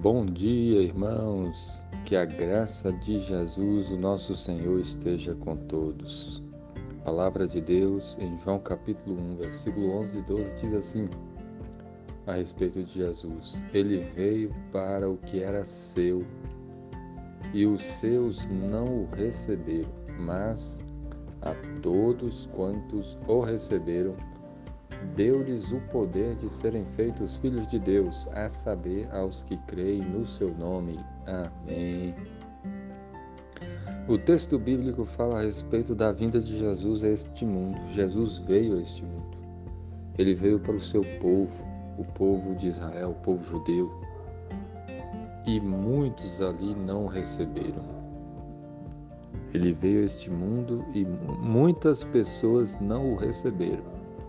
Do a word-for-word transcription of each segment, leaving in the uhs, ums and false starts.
Bom dia, irmãos. Que a graça de Jesus, o nosso Senhor, esteja com todos. A palavra de Deus em João capítulo um, versículo onze e doze diz assim, a respeito de Jesus: Ele veio para o que era seu, e os seus não o receberam, mas a todos quantos o receberam, deu-lhes o poder de serem feitos filhos de Deus, a saber, aos que creem no seu nome. Amém. O texto bíblico fala a respeito da vinda de Jesus a este mundo. Jesus veio a este mundo. Ele veio para o seu povo, o povo de Israel, o povo judeu. E muitos ali não o receberam. Ele veio a este mundo e muitas pessoas não o receberam.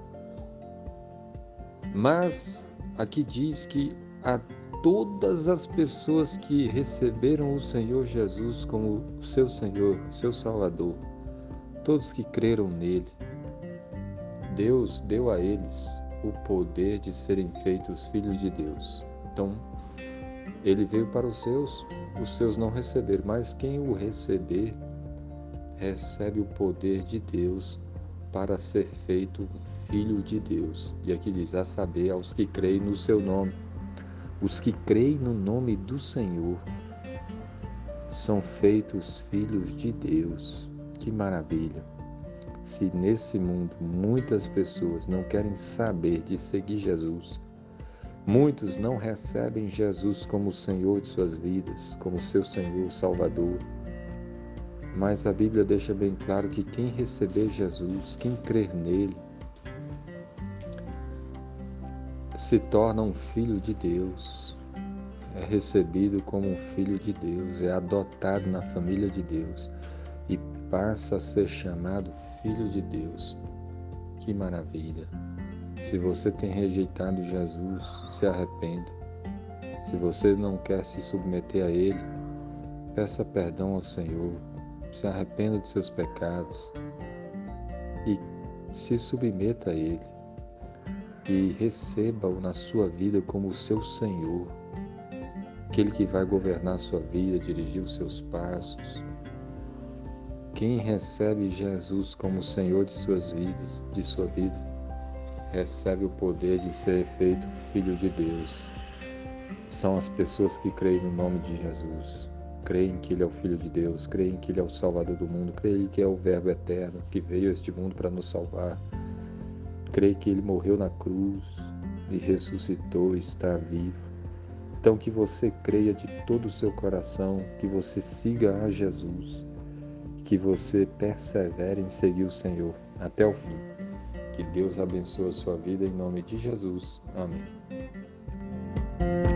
Mas aqui diz que a todas as pessoas que receberam o Senhor Jesus como seu Senhor, seu Salvador, todos que creram nele, Deus deu a eles o poder de serem feitos filhos de Deus. Então, ele veio para os seus, os seus não receberam, mas quem o receber, recebe o poder de Deus para ser feito um filho de Deus. E aqui diz, a saber, aos que creem no seu nome. Os que creem no nome do Senhor são feitos filhos de Deus. Que maravilha! Se nesse mundo muitas pessoas não querem saber de seguir Jesus, muitos não recebem Jesus como o Senhor de suas vidas, como seu Senhor Salvador, mas a Bíblia deixa bem claro que quem receber Jesus, quem crer nele, se torna um filho de Deus, é recebido como um filho de Deus, é adotado na família de Deus e passa a ser chamado filho de Deus. Que maravilha! Se você tem rejeitado Jesus, se arrependa. Se você não quer se submeter a Ele, peça perdão ao Senhor. Se arrependa dos seus pecados e se submeta a Ele e receba-o na sua vida como o seu Senhor, aquele que vai governar a sua vida, dirigir os seus passos. Quem recebe Jesus como Senhor de suas vidas, de sua vida, recebe o poder de ser feito filho de Deus. São as pessoas que creem no nome de Jesus. Creem que Ele é o Filho de Deus, creem que Ele é o Salvador do mundo, creem que é o Verbo eterno que veio a este mundo para nos salvar, creem que Ele morreu na cruz e ressuscitou e está vivo. Então que você creia de todo o seu coração, que você siga a Jesus, que você persevere em seguir o Senhor até o fim. Que Deus abençoe a sua vida em nome de Jesus. Amém.